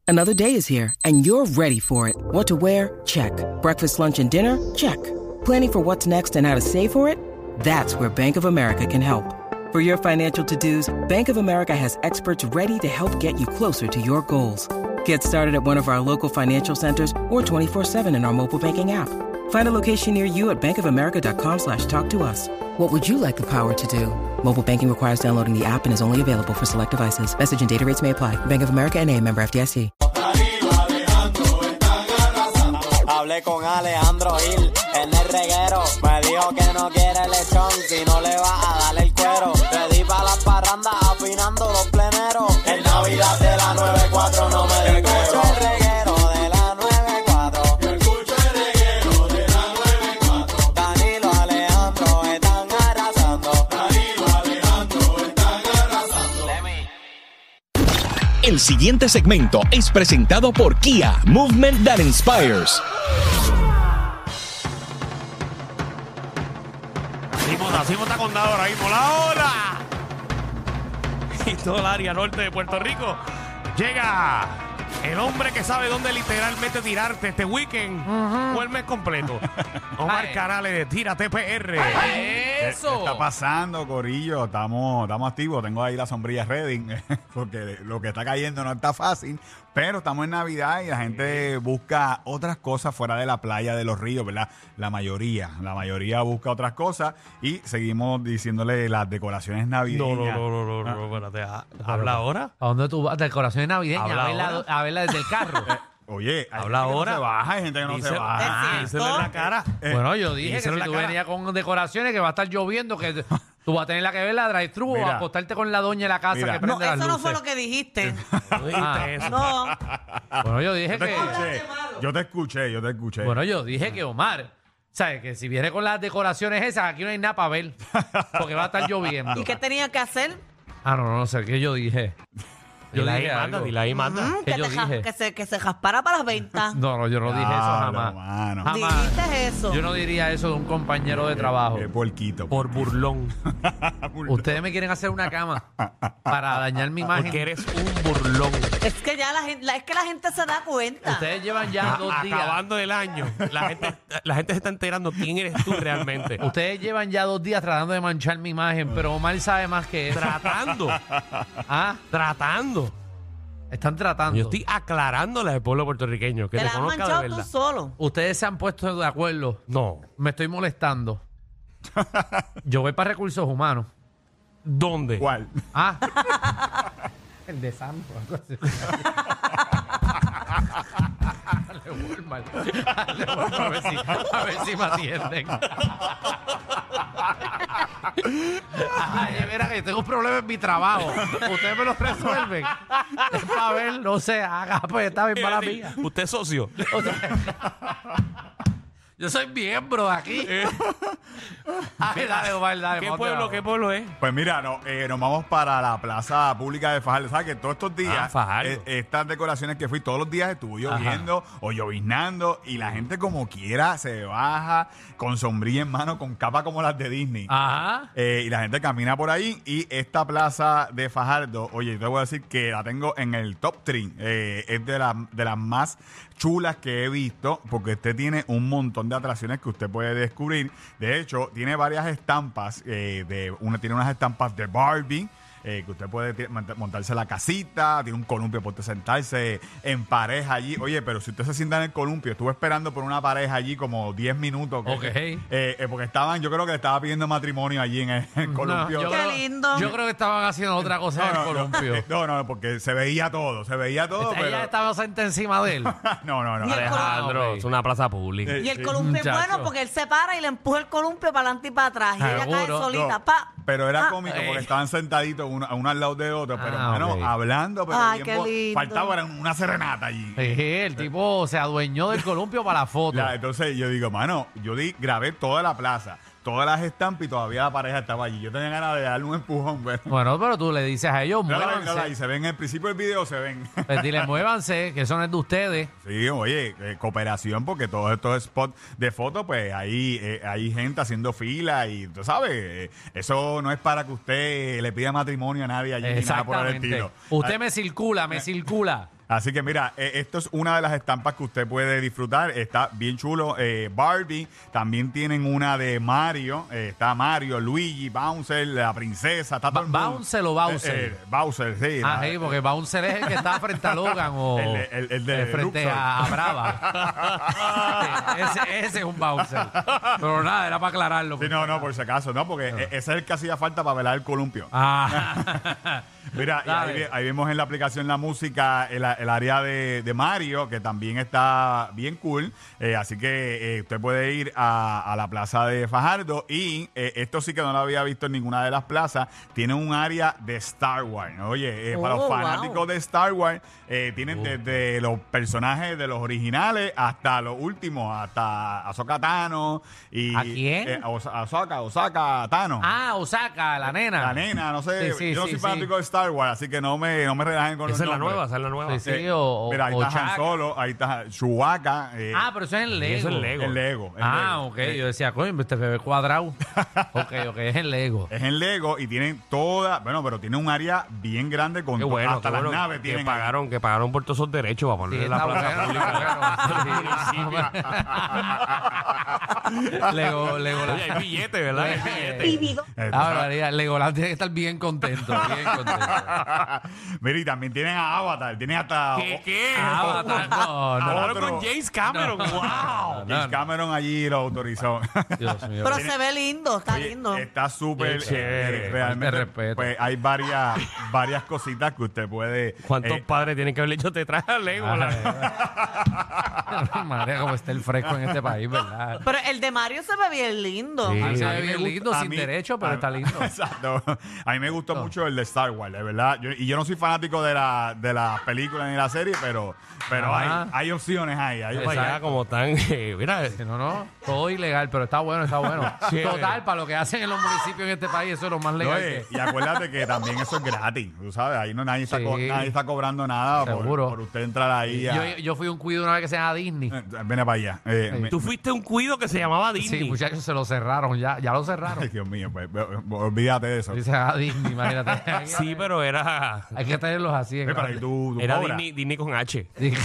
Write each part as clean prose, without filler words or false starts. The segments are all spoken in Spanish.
Another day is here, and you're ready for it. What to wear? Check. Breakfast, lunch, and dinner? Check. Planning for what's next and how to save for it? That's where Bank of America can help. For your financial to-dos, Bank of America has experts ready to help get you closer to your goals. Get started at one of our local financial centers or 24/7 in our mobile banking app. Find a location near you at bankofamerica.com/talktous. What would you like the power to do? Mobile banking requires downloading the app and is only available for select devices. Message and data rates may apply. Bank of America N.A., member FDIC. Hablé con Alejandro Gil en el reguero. Me dijo que no quiere lechón si no le va a dar el cuero. Le di pa' las parrandas afinando los pleneros. En Navidad de la 94 no me descuero. El reguero de la 94. Yo escucho el reguero de la 94. Danilo, Alejandro están arrasando. Danilo, Alejandro están arrasando. El siguiente segmento es presentado por Kia, Movement that Inspires. Así está condado ahora mismo, la hora. Y todo el área norte de Puerto Rico. Llega el hombre que sabe dónde literalmente tirarte este weekend o el mes completo. Omar Canales de Tírate PR. ¿Qué está pasando, corillo? Estamos activos. Tengo ahí la sombrilla Reading porque lo que está cayendo no está fácil. Pero estamos en Navidad y la gente busca otras cosas fuera de la playa, de los ríos, ¿verdad? La mayoría busca otras cosas y seguimos diciéndole las decoraciones navideñas. No, espérate. ¿Habla ahora? ¿A dónde tú vas? Decoraciones navideñas. A verla desde el carro. Oye, hay habla gente ahora. Que no se baja, hay gente que no se baja. Díselo en la cara. Bueno, yo dije que si tú venías con decoraciones que va a estar lloviendo, que tú vas a tener que ver la drive-thru o acostarte con la doña en la casa que prende las luces. Eso no fue lo que dijiste. No dijiste eso. No. Bueno, yo dije que... Yo te escuché. Bueno, yo dije que Omar... ¿Sabes? Que si viene con las decoraciones esas, aquí no hay nada para ver. Porque va a estar lloviendo. ¿Y qué tenía que hacer? No sé. ¿Qué yo dije? Dile ahí, manda. ¿Qué yo dije? Que se jaspara para las ventas. No, yo no dije eso jamás. Jamás. Dijiste eso. Yo no diría eso de un compañero de trabajo. Porquito. Por burlón. Ustedes me quieren hacer una cama para dañar mi imagen. Porque eres un burlón. Es que ya la gente se da cuenta. Ustedes llevan ya 2 días. Acabando el año, la gente se está enterando quién eres tú realmente. Ustedes llevan ya 2 días tratando de manchar mi imagen, pero Omar sabe más que eso. Tratando. Tratando. Están tratando. Yo estoy aclarándole al pueblo puertorriqueño que te te la has conozca de manchado verdad. tú solo. Ustedes se han puesto de acuerdo. No. Me estoy molestando. Yo voy para recursos humanos. ¿Dónde? ¿Cuál? El de Santo. Walmart. A ver si me atienden. Ay, mira que tengo un problema en mi trabajo. Ustedes me lo resuelven. Es para ver, no se haga, pues está bien para mía. ¿Usted es socio? O sea, yo soy miembro de aquí. Ay, dale, Omar, dale. ¿Qué pueblo es? Pues mira, nos vamos para la plaza pública de Fajardo. ¿Sabes que todos estos días, estas decoraciones que fui, todos los días estuvo lloviendo o lloviznando y la gente como quiera se baja con sombrilla en mano, con capa como las de Disney. Y la gente camina por ahí y esta plaza de Fajardo, oye, yo te voy a decir que la tengo en el top 3. Es de las más chulas que he visto porque usted tiene un montón de atracciones que usted puede descubrir. De hecho, tiene varias estampas. Tiene unas estampas de Barbie. Que usted puede montarse la casita, tiene un columpio para usted sentarse en pareja allí. Oye, pero si usted se sienta en el columpio, estuve esperando por una pareja allí como 10 minutos. Porque yo creo que le estaba pidiendo matrimonio allí en el columpio. Qué lindo. Yo creo que estaban haciendo otra cosa en el columpio. No, porque se veía todo. Ella estaba sentada encima de él. No. Alejandro, es una plaza pública. Y el columpio es bueno porque él se para y le empuja el columpio para adelante y para atrás. Y ella cae solita. Pero era cómico porque estaban sentaditos uno al lado de otro, pero hablando, pero ay, qué lindo. faltaba una serenata allí. El tipo se adueñó del columpio para la foto. Entonces yo digo, grabé toda la plaza, todas las estampas y todavía la pareja estaba allí. Yo tenía ganas de darle un empujón. Bueno, pero tú le dices a ellos, muévanse. Y se ven en el principio del video, se ven. Pues dile, muévanse, que eso no es de ustedes. Sí, oye, cooperación, porque todos estos spots de fotos, pues ahí hay gente haciendo fila y tú sabes, eso no es para que usted le pida matrimonio a nadie allí ni nada por el estilo. Usted me circula. Así que mira, esto es una de las estampas que usted puede disfrutar. Está bien chulo. Barbie. También tienen una de Mario. Está Mario, Luigi, Bouncer, la princesa. Está todo el mundo. ¿Bouncer o Bowser? Bowser, sí. Sí, porque Bouncer es el que está frente a Logan o el de frente Luxor. a Brava. ese es un Bouncer. Pero nada, era para aclararlo. Sí, no, por si acaso. No, porque ese es el que hacía falta para velar el columpio. Mira, y ahí vemos en la aplicación la música, el área de Mario, que también está bien cool. Así que usted puede ir a la plaza de Fajardo. Y esto sí que no lo había visto en ninguna de las plazas. Tiene un área de Star Wars. Oye, para los fanáticos de Star Wars, tienen desde los personajes de los originales hasta los últimos, hasta Ahsoka Tano. Y, ¿A quién? Osaka Tano. Osaka, la nena. La nena, no sé. Sí, yo no soy fanático de Star Wars, así que no me relajen con los nombres. Esa es la nueva. Sí, Mira, ahí está Han Chewbacca. Solo, ahí está Chewbacca. Pero eso es en Lego. Eso es Lego. En Lego. Ok. Yo decía, coño, este bebé cuadrado. ok, es en Lego. Es en Lego y tienen pero tiene un área bien grande con Qué bueno, hasta qué las bueno naves que tienen. pagaron por todos esos derechos para ponerle Sí, la está plaza pública. Lego. Oye, hay billete, ¿verdad? Hay billete. María, Legoland tiene que estar bien contento, bien contento. Mira, y también tienen a Avatar, tienen hasta ¿Qué? Avatar, no. Hablaron Otro. con James Cameron. ¡Wow! James Cameron allí lo autorizó. Dios mío. Pero se ve lindo, está Oye, lindo. Está súper Qué chévere. realmente. Te respeto. Pues hay varias cositas que usted puede. ¿Cuántos padres tienen que haberle hecho te traje a Lego? María, como está el fresco en este país, ¿verdad? Pero el de Mario se ve bien lindo. Sí, se A ve mí me bien gusta- lindo, a sin mí- derecho, pero está lindo. Exacto. A mí me gustó mucho el de Star Wars, de verdad. Yo no soy fanático de las películas ni de la serie, pero Ajá. hay opciones ahí. Hay Para allá, como tan. Mira, No, todo ilegal, pero está bueno, está bueno. Total, para lo que hacen en los municipios en este país, eso es lo más legal. Oye, y acuérdate que también eso es gratis, tú sabes, ahí nadie está, Sí. nadie está cobrando nada Seguro. por usted entrar ahí. Yo fui un cuido una vez que se llama Disney. Viene para allá. tú fuiste un cuido que se llamaba Disney. Sí, muchachos, se lo cerraron, ya lo cerraron. Ay, Dios mío, pues, olvídate de eso. Sí, se llama Disney, imagínate. Sí, pero era. Hay que tenerlos así. En Para que tú Era cobras. Disney con H.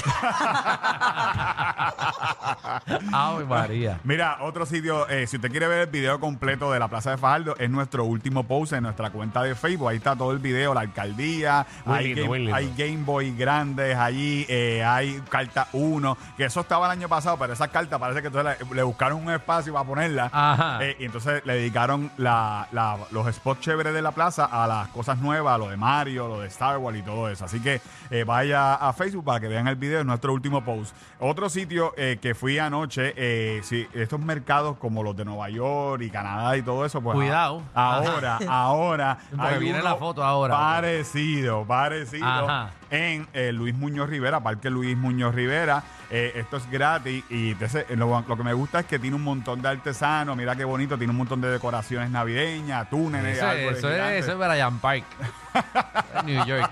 Ay, María. Mira, otro sitio, si usted quiere ver el video completo de la Plaza de Fajardo, es nuestro último post en nuestra cuenta de Facebook. Ahí está todo el video, la alcaldía, Muy lindo. hay Game Boy grandes allí, hay carta 1, que eso estaba el año pasado, pero esas cartas parece que entonces le buscaron un espacio para ponerla. Ajá. Y entonces le dedicaron los spots chéveres de la plaza a las cosas nuevas, a lo de Mario, lo de Star Wars y todo eso. Así que vaya a Facebook para que vean el video, es nuestro último post. Otro sitio que fui anoche, estos mercados como los de Nueva York y Canadá y todo eso, pues Cuidado. ahora Porque viene uno la foto ahora. parecido Ajá. en Luis Muñoz Rivera, Parque Luis Muñoz Rivera. Esto es gratis y entonces, lo que me gusta es que tiene un montón de artesanos. Mira qué bonito, tiene un montón de decoraciones navideñas, túneles, árboles gigantes. Eso es Bryant Park. En New York.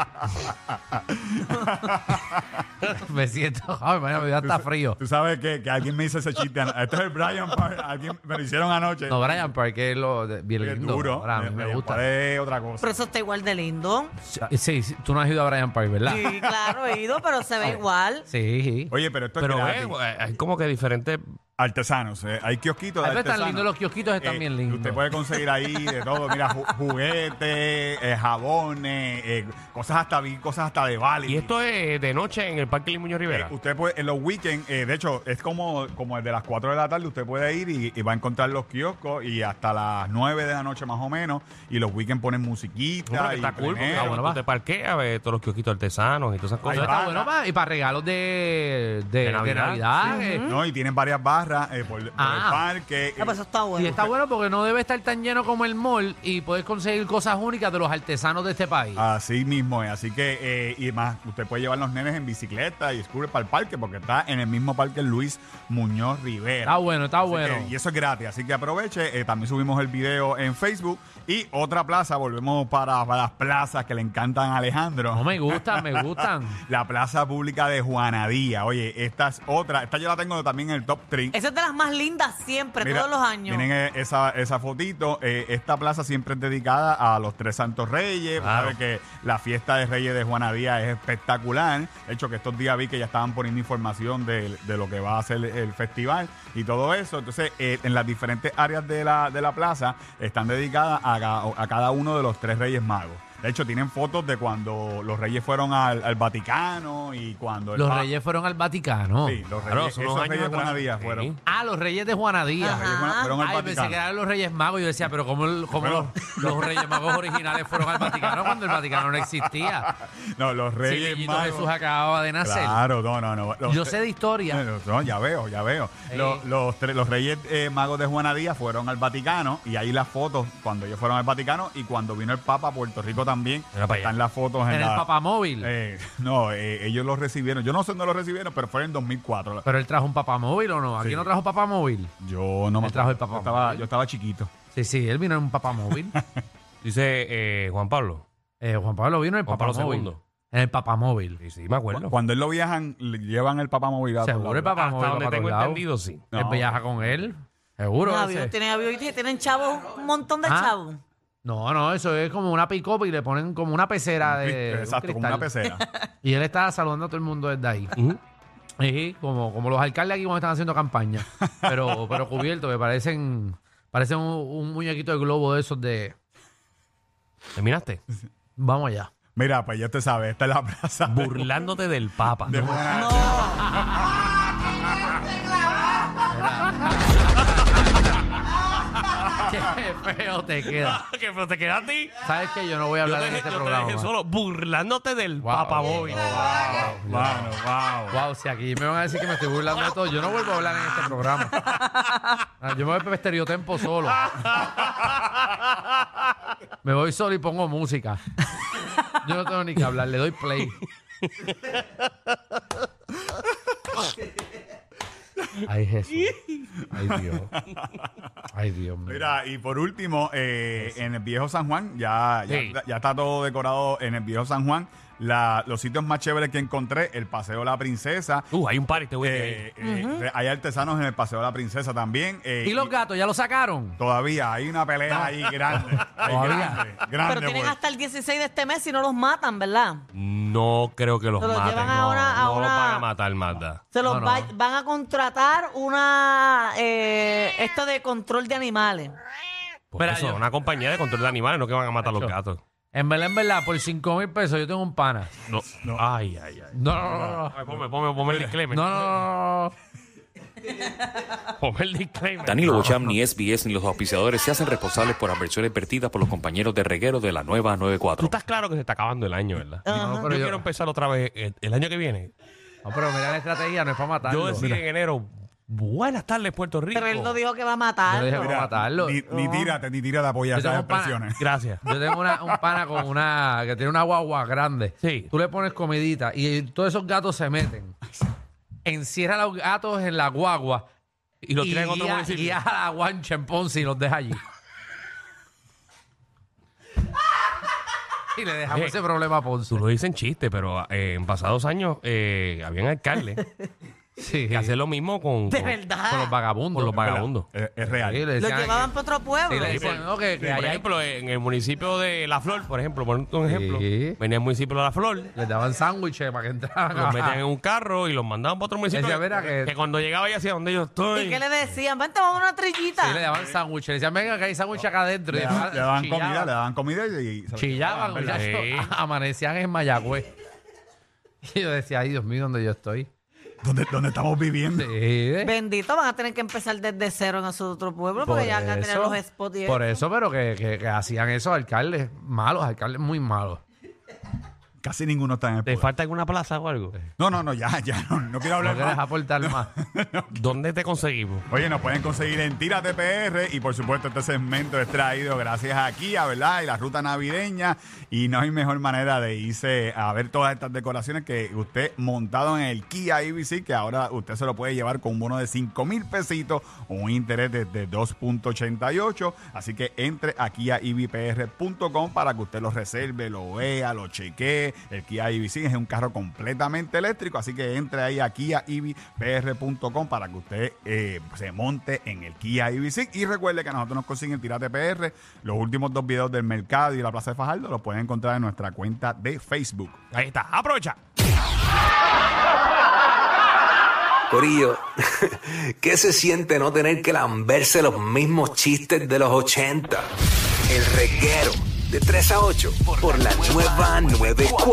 Me siento. Ay, mañana me dio hasta frío. Tú sabes que alguien me hizo ese chiste. Esto es el Brian Park. Alguien me lo hicieron anoche. No, Bryant Park es bien Es lindo. duro. Ahora, a mí me gusta. Es otra cosa. Pero eso está igual de lindo. Sí, tú no has ido a Bryant Park, ¿verdad? Sí, claro, he ido, pero se ve igual. Sí. Oye, pero esto Pero es gratis. hay como que diferentes. Artesanos. Hay kiosquitos de Ay, pero están artesanos. lindos, los kiosquitos están bien lindos. Usted puede conseguir ahí de todo. Mira, juguetes, jabones, cosas hasta de Bali. Y esto es de noche en el Parque Luis Muñoz Rivera. Usted puede, en los weekends, de hecho, es como el de las 4 de la tarde, usted puede ir y va a encontrar los kioscos y hasta las 9 de la noche más o menos, y los weekends ponen musiquita. Bueno, que y está cool porque plenero. bueno, tú va. te parqueas, ves todos los kiosquitos artesanos y todas esas Ahí Eso cosas. va. está bueno y para regalos de Navidad. Navidad. No, y tienen varias barras por el parque. Ah, pues eso está bueno. Y está bueno porque no debe estar tan lleno como el mall y puedes conseguir cosas únicas de los artesanos de este país. Así mismo es. Así que, y más, usted puede llevar los nenes en bicicleta y scooter para el parque porque está en el mismo parque Luis Muñoz Rivera. Está bueno, está Así bueno. que- y eso es gratis, así que aproveche. También subimos el video en Facebook. Y otra plaza, volvemos para las plazas que le encantan a Alejandro. No me gustan, me gustan. La plaza pública de Juanadía. Oye, esta es otra. Esta yo la tengo también en el top 3. Esa es de las más lindas siempre, Mira, todos los años. Miren esa fotito. Esta plaza siempre es dedicada a los tres santos reyes. Claro. Sabe que la fiesta de Reyes de Juana Díaz es espectacular. De hecho, que estos días vi que ya estaban poniendo información de lo que va a ser el festival y todo eso. Entonces, en las diferentes áreas de la plaza están dedicadas a cada uno de los tres Reyes Magos. De hecho, tienen fotos de cuando los reyes fueron al Vaticano y cuando... Los reyes fueron al Vaticano. Sí, los Claro, reyes, son unos esos años reyes de Juana atrás. Díaz Sí. fueron. Ah, los reyes de Juana Díaz. Ajá. Los reyes fueron al Ay, pensé Vaticano. que eran los Reyes Magos. Yo decía, pero ¿cómo los Reyes Magos originales fueron al Vaticano cuando el Vaticano no existía? No, los Sí, reyes Niñito magos. Jesús acababa de nacer. Claro, no. Yo sé de historia. No, ya veo. Los reyes magos de Juana Díaz fueron al Vaticano y ahí las fotos cuando ellos fueron al Vaticano y cuando vino el Papa a Puerto Rico también. Mira para allá. Están las fotos En el papamóvil. ellos los recibieron. Yo no sé dónde los recibieron, pero fue en 2004. Pero él trajo un papamóvil o no. Aquí Sí. no trajo papamóvil. Yo no me Él trajo el acuerdo. Papa Yo estaba chiquito. Sí, él vino en un papamóvil. Dice Juan Pablo. Juan Pablo vino en el Juan Pablo papamóvil. II. En el papamóvil. Sí, me acuerdo. Cuando él lo viajan, le llevan el Papa móvil a todos Seguro el lados. papamóvil Hasta va donde para tengo todos lados. entendido, sí. No. Él viaja con él. Seguro. Tienen aviones, tienen chavos, un montón de Ah. chavos. No, eso es como una pick-up y le ponen como una pecera de un Exacto, como cristal. una pecera. Y él está saludando a todo el mundo desde ahí. Ujú. Sí, como los alcaldes aquí cuando están haciendo campaña. Pero cubiertos, que parecen un muñequito de globo de esos de... ¿Terminaste? Vamos allá. Mira, pues ya te sabes, esta es la plaza. Burlándote del Papa. de Juana Qué feo te queda. ¿Qué pero te quedaste a ti? ¿Sabes qué? Yo no voy a hablar en este yo te programa. dejé más. solo burlándote del Wow. Papa Boy. Mano, wow. Wow, si aquí me van a decir que me estoy burlando de todo, yo no vuelvo a hablar en este programa. Yo me voy para Estereotempo solo. Me voy solo y pongo música. Yo no tengo ni que hablar, le doy play. Ay, Jesús. Ay, Dios. Ay, Dios mío. Mira, y por último, en el Viejo San Juan, ya está todo decorado en el Viejo San Juan. Los sitios más chéveres que encontré, el Paseo de la Princesa. Hay un par este güey. Hay artesanos en el Paseo de la Princesa también. ¿Y los gatos ya lo sacaron? Todavía hay una pelea ahí grande. Todavía. grande, Pero tienen pues. hasta el 16 de este mes si no los matan, ¿verdad? No creo que los Se los maten. llevan No, ahora a no los una- van a matar, Magda. Se los No. van a contratar esto de control de animales. Por Mira, eso, yo- una compañía de control de animales, no que van a matar a los gatos. En verdad, por 5,000 pesos yo tengo un pana. No. Ay. No. Ay, ponme el disclaimer. No. Ponme el disclaimer. Danilo Bocham, ni SBS, ni los auspiciadores se hacen responsables por adversiones vertidas por los compañeros de reguero de la nueva Tú 94. estás claro que se está acabando el año, ¿verdad? No, pero yo yo- quiero empezar otra vez el año que viene. No, pero mira la estrategia, no es para matarlo. Yo decía en enero, buenas tardes, Puerto Rico. Pero él no dijo que va a Yo matarlo. dije, vamos a matarlo. Ni tírate a apoyar Yo esas tengo un pana- expresiones. Gracias. Yo tengo un pana con que tiene una guagua grande. Sí. Tú le pones comidita y todos esos gatos se meten. Encierra a los gatos en la guagua Y lo tiran en otro municipio. guía a la guancha en Ponce y los deja allí. Y le dejamos ese problema a Ponce. Tú lo dices en chiste, pero en pasados años habían alcaldes Sí. que hacían lo mismo con De con verdad. Con los vagabundos. los vagabundos. Es real. Sí, le Lo decían- llevaban para otro pueblo. Sí, le decían, no, que Por allá hay- ejemplo, en el municipio de La Flor, por ejemplo, por un ejemplo, Sí. venía el municipio de La Flor, les daban sándwiches para que entraran. los metían en un carro y los mandaban para otro municipio. Decía, mira, que- cuando llegaba ya hacia donde yo estoy. ¿Y qué le decían? Vente, vamos a una trillita. Sí, le daban sándwiches. Le decían, venga, que hay sándwiches acá adentro. Y Le daban comida y Chillaban, ¿verdad? muchachos. Sí. Amanecían en Mayagüez. Y yo decía, ay, Dios mío, ¿dónde yo estoy? ¿Dónde estamos viviendo? Sí, Bendito, van a tener que empezar desde cero en ese otro pueblo porque ya van a tener los spots y por eso. eso, pero que hacían esos alcaldes malos, alcaldes muy malos. Casi ninguno está en el ¿Te poder. falta alguna plaza o algo? No, ya, no quiero No hablar quieres más. aportar más. ¿Dónde te conseguimos? Oye, nos pueden conseguir en Tírate PR y por supuesto este segmento es traído gracias a Kia, ¿verdad? Y la ruta navideña y no hay mejor manera de irse a ver todas estas decoraciones que usted montado en el Kia EV6, que ahora usted se lo puede llevar con un bono de 5,000 pesitos o un interés de 2.88, así que entre a KiaEVPR.com para que usted lo reserve, lo vea, lo chequee el Kia EV6 es un carro completamente eléctrico, así que entre ahí a KiaEVPR.com para que usted se monte en el Kia EV6. Y recuerde que a nosotros nos consiguen Tírate PR. Los últimos 2 videos del mercado y de la Plaza de Fajardo los pueden encontrar en nuestra cuenta de Facebook. Ahí está, aprovecha. Corillo, ¿qué se siente no tener que lamberse los mismos chistes de los 80? El reguero de 3 a 8 por la nueva 94.